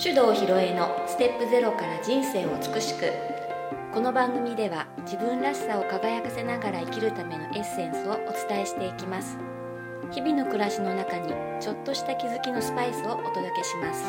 手動ひろえのステップゼロから人生を美しく。この番組では自分らしさを輝かせながら生きるためのエッセンスをお伝えしていきます。日々の暮らしの中にちょっとした気づきのスパイスをお届けします。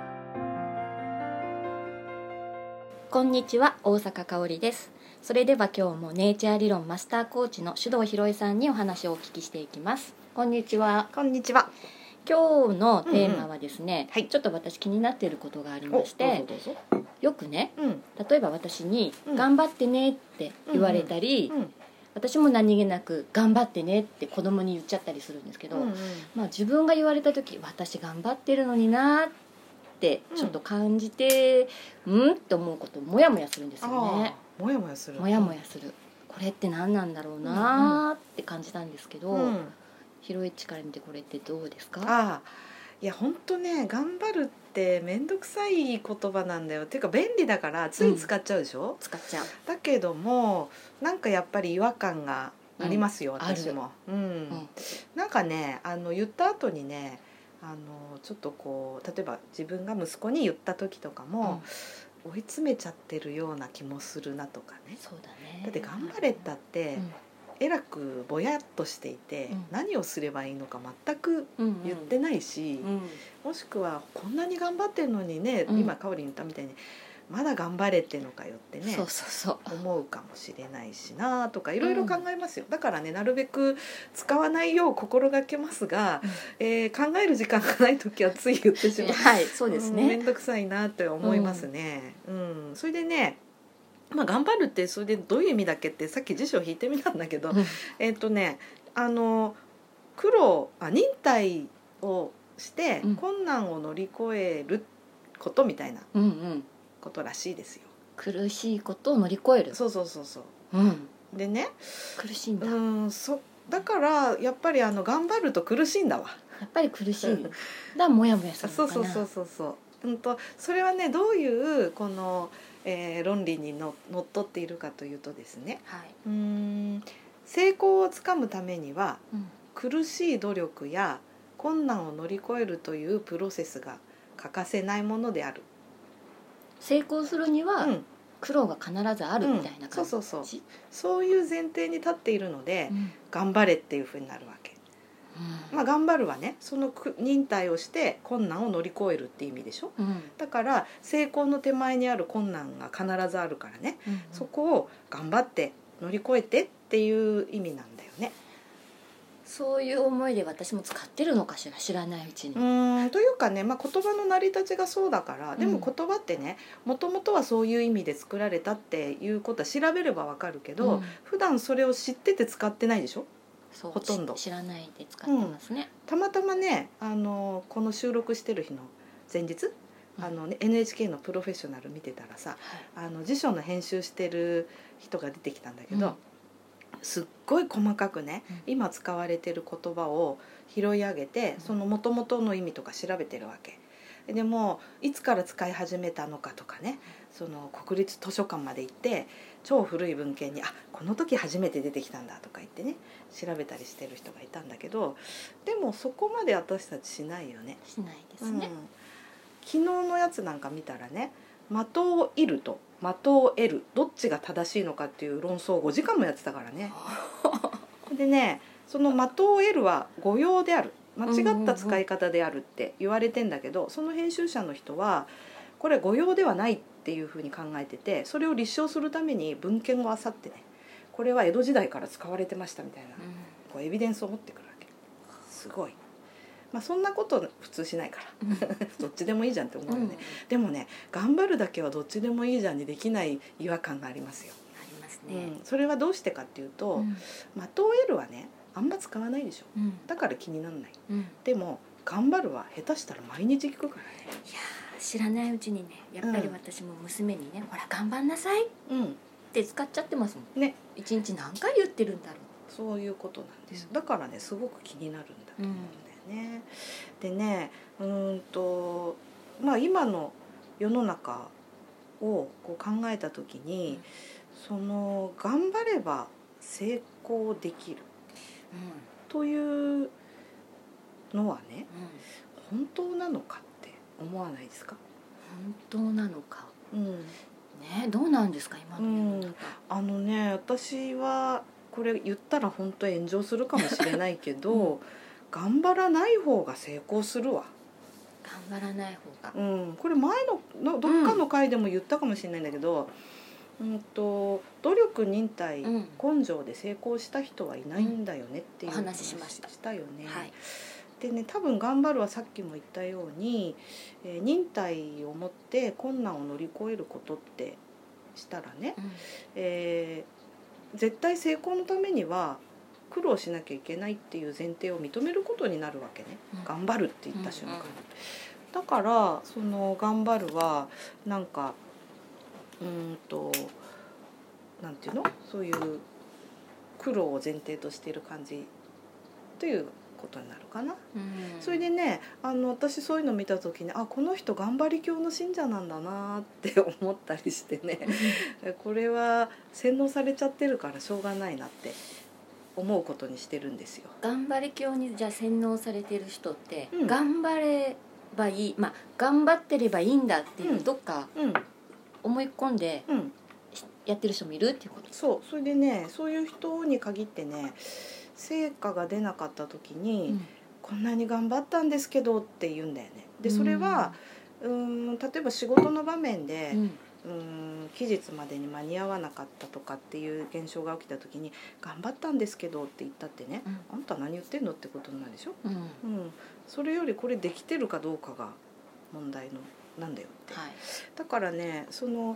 こんにちは、大阪香織です。それでは今日もネイチャー理論マスターコーチの手動ひろえさんにお話をお聞きしていきます。こんにちは。 こんにちは。 今日のテーマはですね、 はい、 ちょっと私気になっていることがありまして、 どうぞよくね、例えば私にうん頑張ってねって言われたり、私も何気なく頑張ってねって子供に言っちゃったりするんですけど、自分が言われた時、私頑張ってるのになってちょっと感じて、って思うこともやもやするんですよね。 もやもやする。 もやもやする。これって何なんだろうなって感じたんですけど、ひろえちから見てこれってどうですか？ いや本当ね、頑張るってめんどくさい言葉なんだよ。っていうか便利だからつい使っちゃうでしょ、 使っちゃう。 だけどもなんかやっぱり違和感がありますよ、私も。なんかね、言った後にね、ちょっとこう例えば自分が息子に言った時とかも、追い詰めちゃってるような気もするなとかね。 そうだね。 だって頑張れたって、えらくぼやっとしていて、何をすればいいのか全く言ってないし、もしくはこんなに頑張ってるのにね、今かおりん言ったみたいにまだ頑張れてんのかよってね、思うかもしれないしなとかいろいろ考えますよ。だからね、なるべく使わないよう心がけますが、考える時間がない時はつい言ってしまう。 そうですね。 めんどくさいなって思いますね。それでね、頑張るってそれでどういう意味だっけってさっき辞書を引いてみたんだけど、忍耐をして困難を乗り越えることみたいなことらしいですよ。 苦しいことを乗り越える。 そう。でね、 苦しいんだ。 だからやっぱり頑張ると苦しいんだわ。 やっぱり苦しい。だもやもやするのかな。 そう。それはね、どういうこの論理にのっとっているかというとですね、成功をつかむためには、苦しい努力や困難を乗り越えるというプロセスが欠かせないものである。 成功するには、苦労が必ずあるみたいな感じ。 そういう前提に立っているので、頑張れっていうふうになるわけ。頑張るはね、その忍耐をして困難を乗り越えるって意味でしょ、だから成功の手前にある困難が必ずあるからね、そこを頑張って乗り越えてっていう意味なんだよね。 そういう思いで私も使ってるのかしら、知らないうちに。 というかね、言葉の成り立ちがそうだから。でも言葉ってね、もともとはそういう意味で作られたっていうことは調べればわかるけど、普段それを知ってて使ってないでしょ。ほとんど知らないで使ってますね。 たまたまね、この収録してる日の前日、NHK のプロフェッショナル見てたらさ、辞書の編集してる人が出てきたんだけど、すっごい細かくね、今使われてる言葉を拾い上げて、その元々の意味とか調べてるわけで、もいつから使い始めたのかとかね、その国立図書館まで行って超古い文献にこの時初めて出てきたんだとか言ってね、調べたりしてる人がいたんだけど、でもそこまで私たちしないよね。 しないですね。 昨日のやつなんか見たらね、的を射ると的を得る、どっちが正しいのかっていう論争を5時間もやってたからね。でね、その的を得るは誤用である、間違った使い方であるって言われてんだけど、その編集者の人はこれ誤用ではないっていうふうに考えてて、それを立証するために文献を漁ってね、これは江戸時代から使われてましたみたいな、こうエビデンスを持ってくるわけ。すごい。そんなこと普通しないからどっちでもいいじゃんって思うよね。でもね、頑張るだけはどっちでもいいじゃんにできない違和感がありますよ。 ありますね。 それはどうしてかっていうと、的を得るはね、あんま使わないでしょ、だから気にならない、でも頑張るは下手したら毎日聞くからね。 いや知らないうちにね、やっぱり私も娘にね、ほら頑張んなさいって使っちゃってますもんね。一日何回言ってるんだろう。 そういうことなんです。だからね、すごく気になるんだと思うんだよね。でね、今の世の中をこう考えた時に、その頑張れば成功できるというのはね、本当なのかって思わないですか？ 当なのか、 ね、 どうなんですか今の世の中。 私はこれ言ったら本当炎上するかもしれないけど、頑張らない方が成功するわ。 頑張らない方が、 これ前のどっかの回でも言ったかもしれないんだけど、努力忍耐、根性で成功した人はいないんだよねっていう話しましたよね。 はい、 でね、多分頑張るはさっきも言ったように、忍耐を持って困難を乗り越えることってしたらね、絶対成功のためには苦労しなきゃいけないっていう前提を認めることになるわけね、頑張るって言った瞬間に、だからその頑張るはなんかなんていうの、そういう苦労を前提としている感じということになるかな、それでね、私そういうの見た時にこの人頑張り教の信者なんだなって思ったりしてねこれは洗脳されちゃってるからしょうがないなって思うことにしてるんですよ。 頑張り教にじゃあ洗脳されてる人って、頑張ればいい、頑張ってればいいんだっていう、どっか思い込んでやってる人もいるっていうこと。 それでね、そういう人に限ってね、成果が出なかった時に、こんなに頑張ったんですけどって言うんだよね。でそれは例えば仕事の場面で、期日までに間に合わなかったとかっていう現象が起きた時に頑張ったんですけどって言ったってね、あんた何言ってんのってことなんでしょ、それよりこれできてるかどうかが問題なんだよって、だからね、その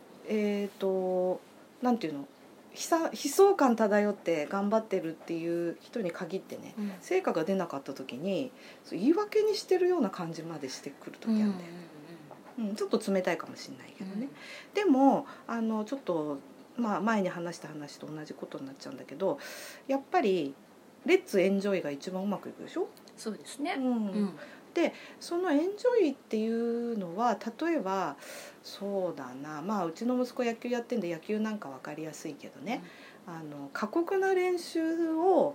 なんていうの、悲壮感漂って頑張ってるっていう人に限ってね、成果が出なかった時に言い訳にしてるような感じまでしてくる時あるんだよ、ちょっと冷たいかもしれないけどね、でもちょっと、前に話した話と同じことになっちゃうんだけど、やっぱりレッツエンジョイが一番うまくいくでしょ。 そうですね、 でそのエンジョイっていうのは、例えばそうだな、うちの息子野球やってんで野球なんか分かりやすいけどね、過酷な練習を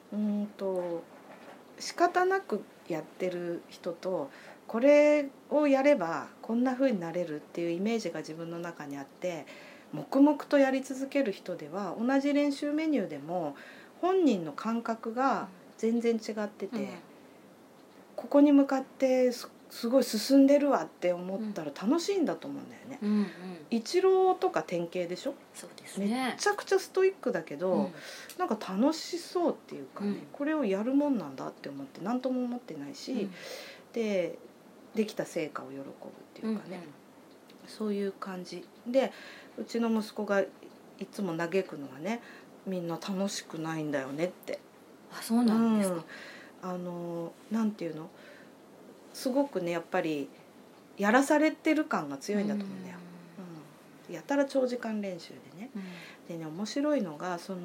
仕方なくやってる人と、これをやればこんな風になれるっていうイメージが自分の中にあって黙々とやり続ける人では、同じ練習メニューでも本人の感覚が全然違ってて、ここに向かってすごい進んでるわって思ったら楽しいんだと思うんだよね、イチローとか典型でしょ。 そうですね、 めちゃくちゃストイックだけど、なんか楽しそうっていうかね、これをやるもんなんだって思って何とも思ってないし、できた成果を喜ぶっていうかね、そういう感じで、うちの息子がいつも嘆くのはね、みんな楽しくないんだよねって。 そうなんですか。 なんていうの、すごくね、やっぱりやらされてる感が強いんだと思うんだよ、やたら長時間練習でね、でね、面白いのがこ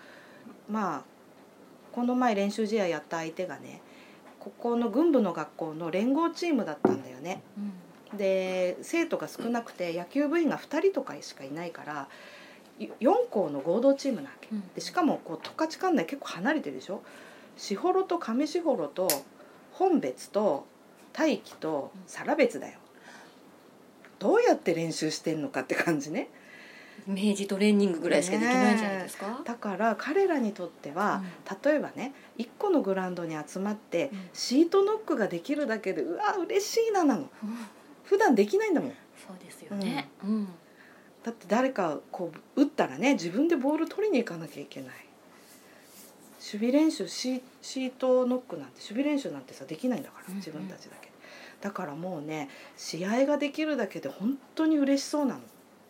の前練習試合やった相手がね、ここの軍部の学校の連合チームだったんだよね、で生徒が少なくて野球部員が2人とかしかいないから4校の合同チームなわけ、でしかも十勝管内結構離れてるでしょ。士幌と上士幌と本別と大樹と更別だよ。どうやって練習してんのかって感じね。 明治トレーニングぐらいしかできないんじゃないですか。 だから彼らにとっては、例えばね、1個のグラウンドに集まってシートノックができるだけでうわ嬉しいなの、普段できないんだもん。 そうですよね、 だって誰か打ったらね、自分でボール取りに行かなきゃいけない。守備練習シートノックなんて守備練習なんてさできないんだから、自分たちだけ。だからもうね、試合ができるだけで本当に嬉しそうなの。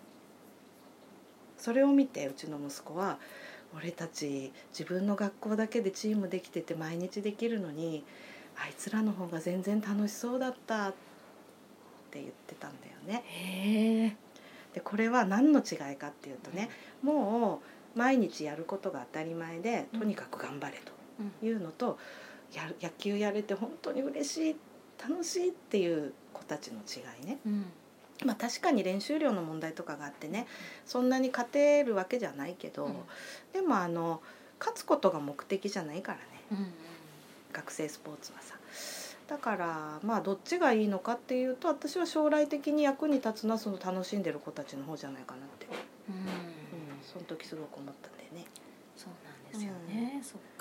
それを見てうちの息子は、俺たち自分の学校だけでチームできてて毎日できるのに、あいつらの方が全然楽しそうだったって言ってたんだよね。 へー。 でこれは何の違いかっていうとね、もう毎日やることが当たり前で、とにかく頑張れというのと、野球やれて本当に嬉しい楽しいっていう子たちの違いね、確かに練習量の問題とかがあってね、そんなに勝てるわけじゃないけど、でも勝つことが目的じゃないからね、学生スポーツはさ。 だからまあどっちがいいのかっていうと、私は将来的に役に立つのはその楽しんでる子たちの方じゃないかなって、その時すごく思ったんだよね。 そうなんですよね、そっか。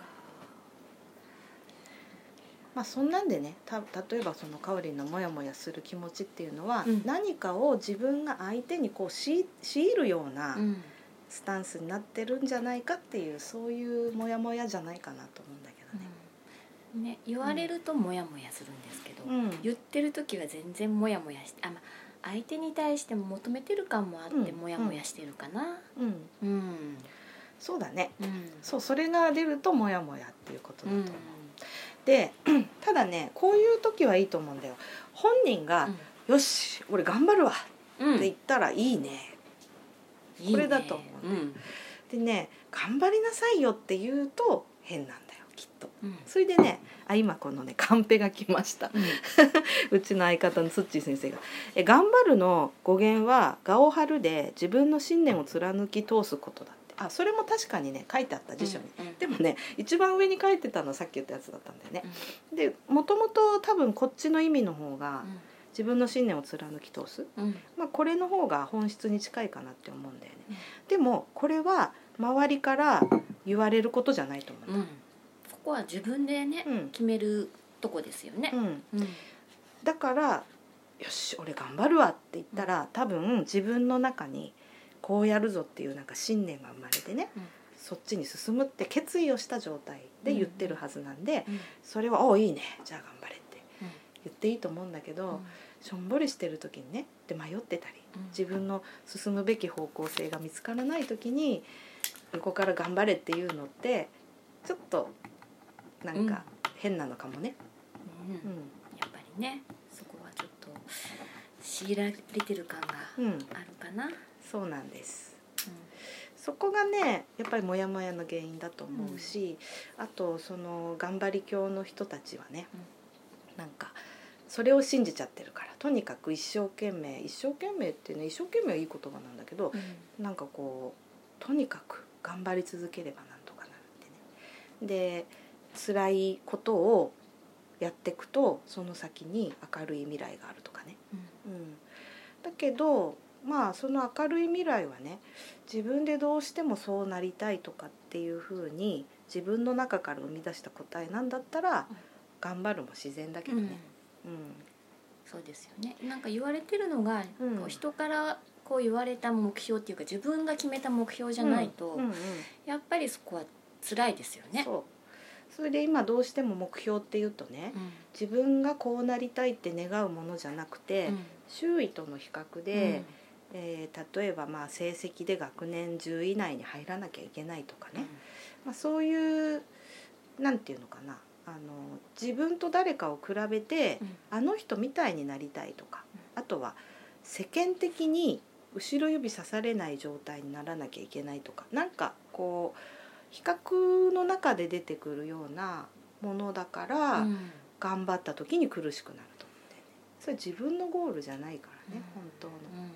まあそんなんでね、例えばそのかおりんのモヤモヤする気持ちっていうのは、何かを自分が相手にこう強いるようなスタンスになってるんじゃないかっていう、そういうモヤモヤじゃないかなと思うんだけどね。 ね、言われるとモヤモヤするんですけど、言ってる時は全然モヤモヤして、相手に対しても求めてる感もあってモヤモヤしてるかな。 そうだね、そう、それが出るとモヤモヤっていうことだと思う。でただね、こういう時はいいと思うんだよ。本人が、よし俺頑張るわって言ったらいいね、これだと思うんだよ。でね、頑張りなさいよって言うと変なんだよきっと。それでね、今このねカンペが来ました、うちの相方のつっちー先生が頑張るの語源は我を張るで自分の信念を貫き通すことだって。それも確かにね書いてあった辞書に、でもね一番上に書いてたのはさっき言ったやつだったんだよね。でもともと多分こっちの意味の方が、自分の信念を貫き通す、これの方が本質に近いかなって思うんだよね。でもこれは周りから言われることじゃないと思うんだ。 ここは自分でね、決めるとこですよね。 だからよし俺頑張るわって言ったら、多分自分の中にこうやるぞっていうなんか信念が生まれてね、そっちに進むって決意をした状態で言ってるはずなんで、それは「おいいねじゃあ頑張れ」って言っていいと思うんだけど、しょんぼりしてる時にね、で迷ってたり、自分の進むべき方向性が見つからない時に横から頑張れっていうのってちょっとなんか変なのかもね。 やっぱりね、そこはちょっと強いられてる感があるかな。 そうなんです、そこがねやっぱりモヤモヤの原因だと思うし、あとその頑張り教の人たちはね、なんかそれを信じちゃってるから、とにかく一生懸命っていうね、一生懸命はいい言葉なんだけど、なんかこうとにかく頑張り続ければなんとかなるってね。で辛いことをやっていくとその先に明るい未来があるとかね、だけどまあその明るい未来はね、自分でどうしてもそうなりたいとかっていうふうに自分の中から生み出した答えなんだったら、頑張るも自然だけどね。 そうですよね。なんか言われてるのが、こう人からこう言われた目標っていうか自分が決めた目標じゃないと、やっぱりそこは辛いですよね。 それで今どうしても目標っていうとね、自分がこうなりたいって願うものじゃなくて、周囲との比較で、例えばまあ成績で学年10位以内に入らなきゃいけないとかね、そういうなんていうのかな、自分と誰かを比べて、あの人みたいになりたいとか、あとは世間的に後ろ指さされない状態にならなきゃいけないとか、なんかこう比較の中で出てくるようなものだから、頑張った時に苦しくなると思うんだよね。それ自分のゴールじゃないからね、本当の、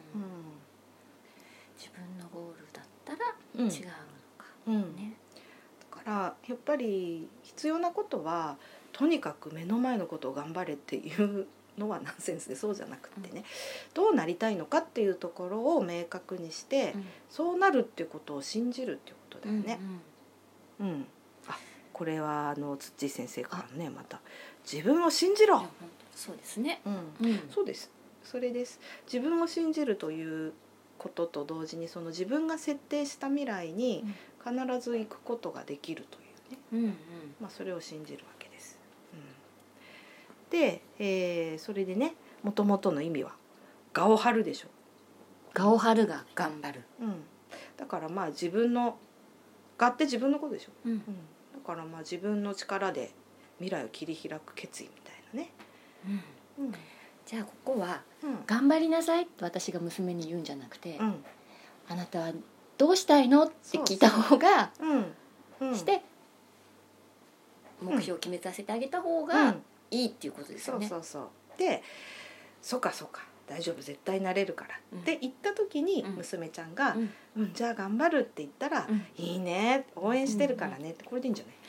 自分のゴールだったら違うのか、ね。 だからやっぱり必要なことはとにかく目の前のことを頑張れっていうのはナンセンスで、そうじゃなくってね、どうなりたいのかっていうところを明確にして、そうなるっていうことを信じるっていうことだよね。これはつっちー先生からね、また自分を信じろ。 そうですね。 そうです。それです。自分を信じるということと同時に、その自分が設定した未来に必ず行くことができるというね、それを信じるわけです。で、それでね、もともとの意味は我を張るでしょ。 我を張るが頑張る。 だからまあ自分の我って自分のことでしょ。だからまあ自分の力で未来を切り開く決意みたいなね。 じゃあここは、頑張りなさいって私が娘に言うんじゃなくて、あなたはどうしたいのって聞いた方が、して目標を決めさせてあげた方がいいっていうことですよね。 で、そうか大丈夫絶対なれるからって言った時に、娘ちゃんが、じゃあ頑張るって言ったら、いいね応援してるからねって、これでいいんじゃない？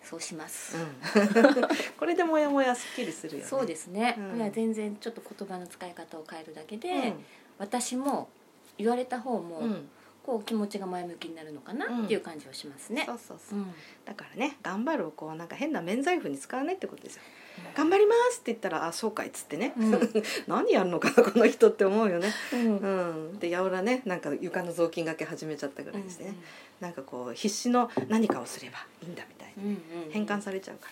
そうします、 これでモヤモヤすっきりするよね。 そうですね、いや全然ちょっと言葉の使い方を変えるだけで、私も言われた方も、こう気持ちが前向きになるのかなっていう感じはしますね、 そうそうそう、だからね頑張るをこうなんか変な免罪符に使わないってことですよ、頑張りますって言ったらあそうかいっつってね、何やるのかなこの人って思うよね、でやおらねなんか床の雑巾がけ始めちゃったぐらいですね、なんかこう必死の何かをすればいいんだみたいな、変換されちゃうから、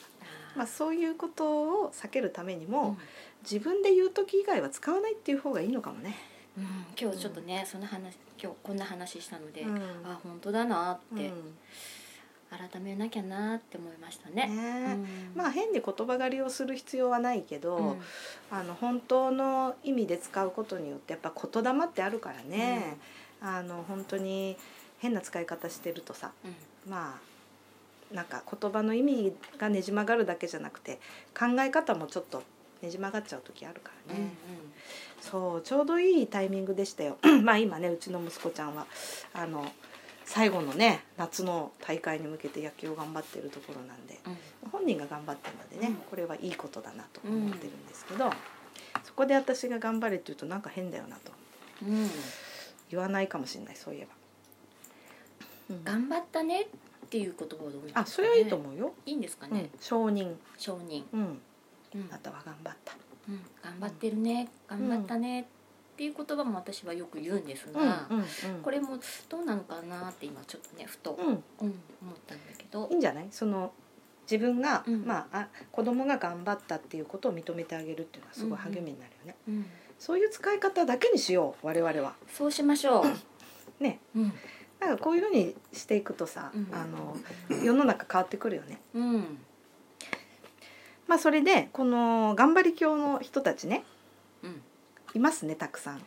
そういうことを避けるためにも、自分で言う時以外は使わないっていう方がいいのかもね。 今日ちょっとね、その話今日こんな話したので、あ本当だなって、改めなきゃなって思いましたね。 変に言葉狩りをする必要はないけど、本当の意味で使うことによってやっぱ言霊ってあるからね、本当に変な使い方してるとさ、なんか言葉の意味がねじ曲がるだけじゃなくて考え方もちょっとねじ曲がっちゃう時あるからね、そうちょうどいいタイミングでしたよ今ねうちの息子ちゃんは最後のね夏の大会に向けて野球を頑張ってるところなんで、本人が頑張ってるのでね、これはいいことだなと思ってるんですけど、そこで私が頑張れって言うとなんか変だよなと、言わないかもしれないそういえば、頑張ったねっていう言葉はどうですかね。 それはいいと思うよ。 いいんですかね、 承認、 あなたは頑張った、 頑張ってるね、頑張ったねっていう言葉も私はよく言うんですが、これもどうなのかなって今ちょっとねふと、思ったんだけど、 いいんじゃない？その自分が、子供が頑張ったっていうことを認めてあげるっていうのはすごい励みになるよね、そういう使い方だけにしよう我々は。 そうしましょうね、なんかこういうふうにしていくとさ、世の中変わってくるよね。それでこの頑張り教の人たちね、いますねたくさん。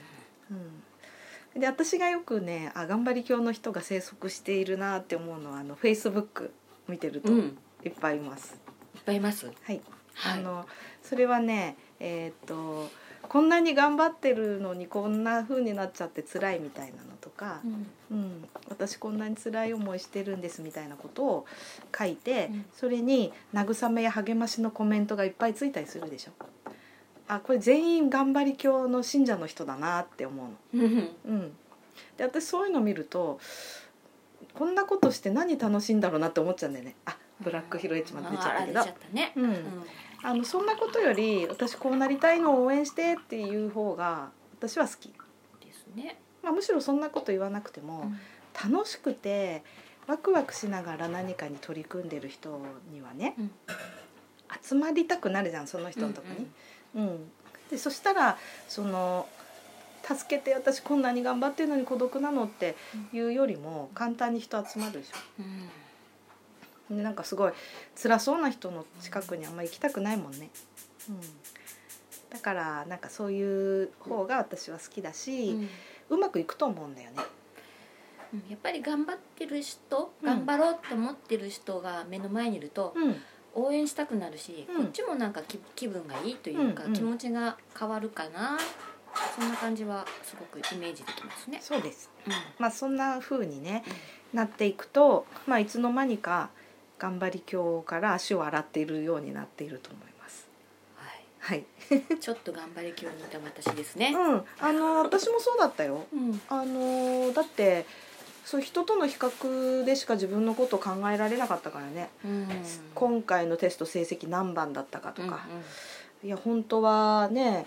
で私がよくね頑張り教の人が生息しているなって思うのはFacebook見てるといっぱいいます。 いっぱいいます。 はい。それはねこんなに頑張ってるのにこんな風になっちゃって辛いみたいなのとか、私こんなに辛い思いしてるんですみたいなことを書いて、それに慰めや励ましのコメントがいっぱいついたりするでしょ。これ全員頑張り教の信者の人だなって思うの。で私そういうの見るとこんなことして何楽しいんだろうなって思っちゃうんだよね。ブラックヒロエッジまで出ちゃったけど、そんなことより私こうなりたいのを応援してっていう方が私は好きですね。 むしろそんなこと言わなくても、楽しくてワクワクしながら何かに取り組んでる人にはね、集まりたくなるじゃんその人のとこに。でそしたらその助けて私こんなに頑張ってるのに孤独なのっていうよりも簡単に人集まるでしょ。なんかすごい辛そうな人の近くにあんまり行きたくないもんね。だからなんかそういう方が私は好きだし、うまくいくと思うんだよね。 やっぱり頑張ってる人、頑張ろうって思ってる人が目の前にいると、応援したくなるし、こっちもなんか気分がいいというか、気持ちが変わるかな、そんな感じはすごくイメージできますね。 そうです、そんな風にね、なっていくと、いつの間にか頑張り教から足を洗っているようになっていると思います。 ちょっと頑張り教にいた私ですね。 私もそうだったよ。だってそう人との比較でしか自分のことを考えられなかったからね、今回のテスト成績何番だったかとか、いや本当はね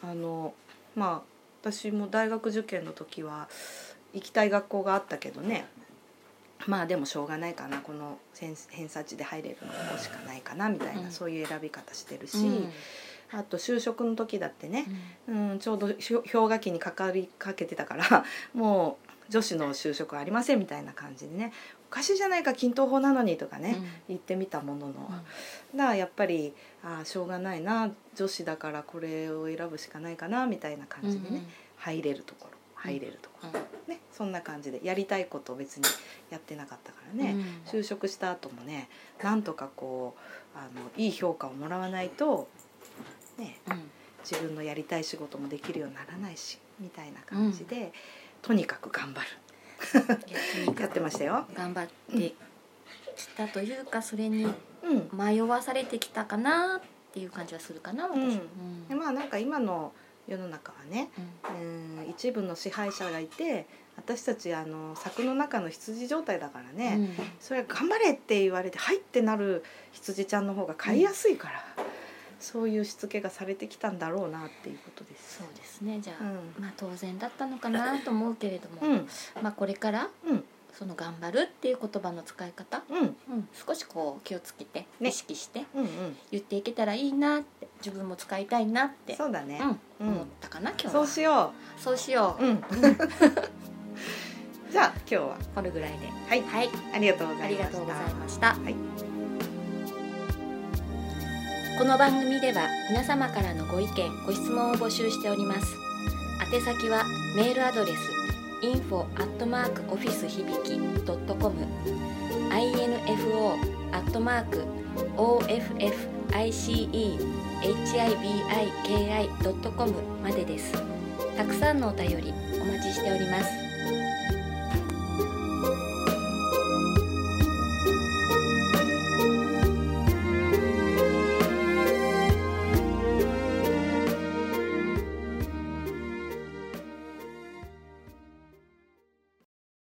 私も大学受験の時は行きたい学校があったけどね、でもしょうがないかな、この偏差値で入れるのここしかないかなみたいな、そういう選び方してるし、あと就職の時だってね、ちょうど氷河期にかかりかけてたからもう女子の就職はありませんみたいな感じでね、おかしいじゃないか均等法なのにとかね、言ってみたものの、だからやっぱりしょうがないな、女子だからこれを選ぶしかないかなみたいな感じでね、入れるところね、そんな感じでやりたいことを別にやってなかったからね、就職した後もねなんとかこういい評価をもらわないとね、自分のやりたい仕事もできるようにならないしみたいな感じで、とにかく頑張るやってましたよ。 頑張ってきたというか、それに迷わされてきたかなっていう感じはするかな、私。 まあなんか今の世の中はね、一部の支配者がいて、私たち柵の中の羊状態だからね、それは頑張れって言われてはいってなる羊ちゃんの方が飼いやすいから、そういうしつけがされてきたんだろうなっていうことです。 そうですね。じゃあ、まあ当然だったのかなと思うけれども、まあこれから、その頑張るっていう言葉の使い方、少しこう気をつけて、意識して言っていけたらいいなって、自分も使いたいなって、 そうだね、 思ったかな今日は。 そうしよう。そうしよう。 じゃあ今日はこれぐらいで。 はい、ありがとうございました。 ありがとうございました。この番組では皆様からのご意見ご質問を募集しております。宛先はメールアドレス info@officehibiki.com info@officehibiki.com までです。たくさんのお便りお待ちしております。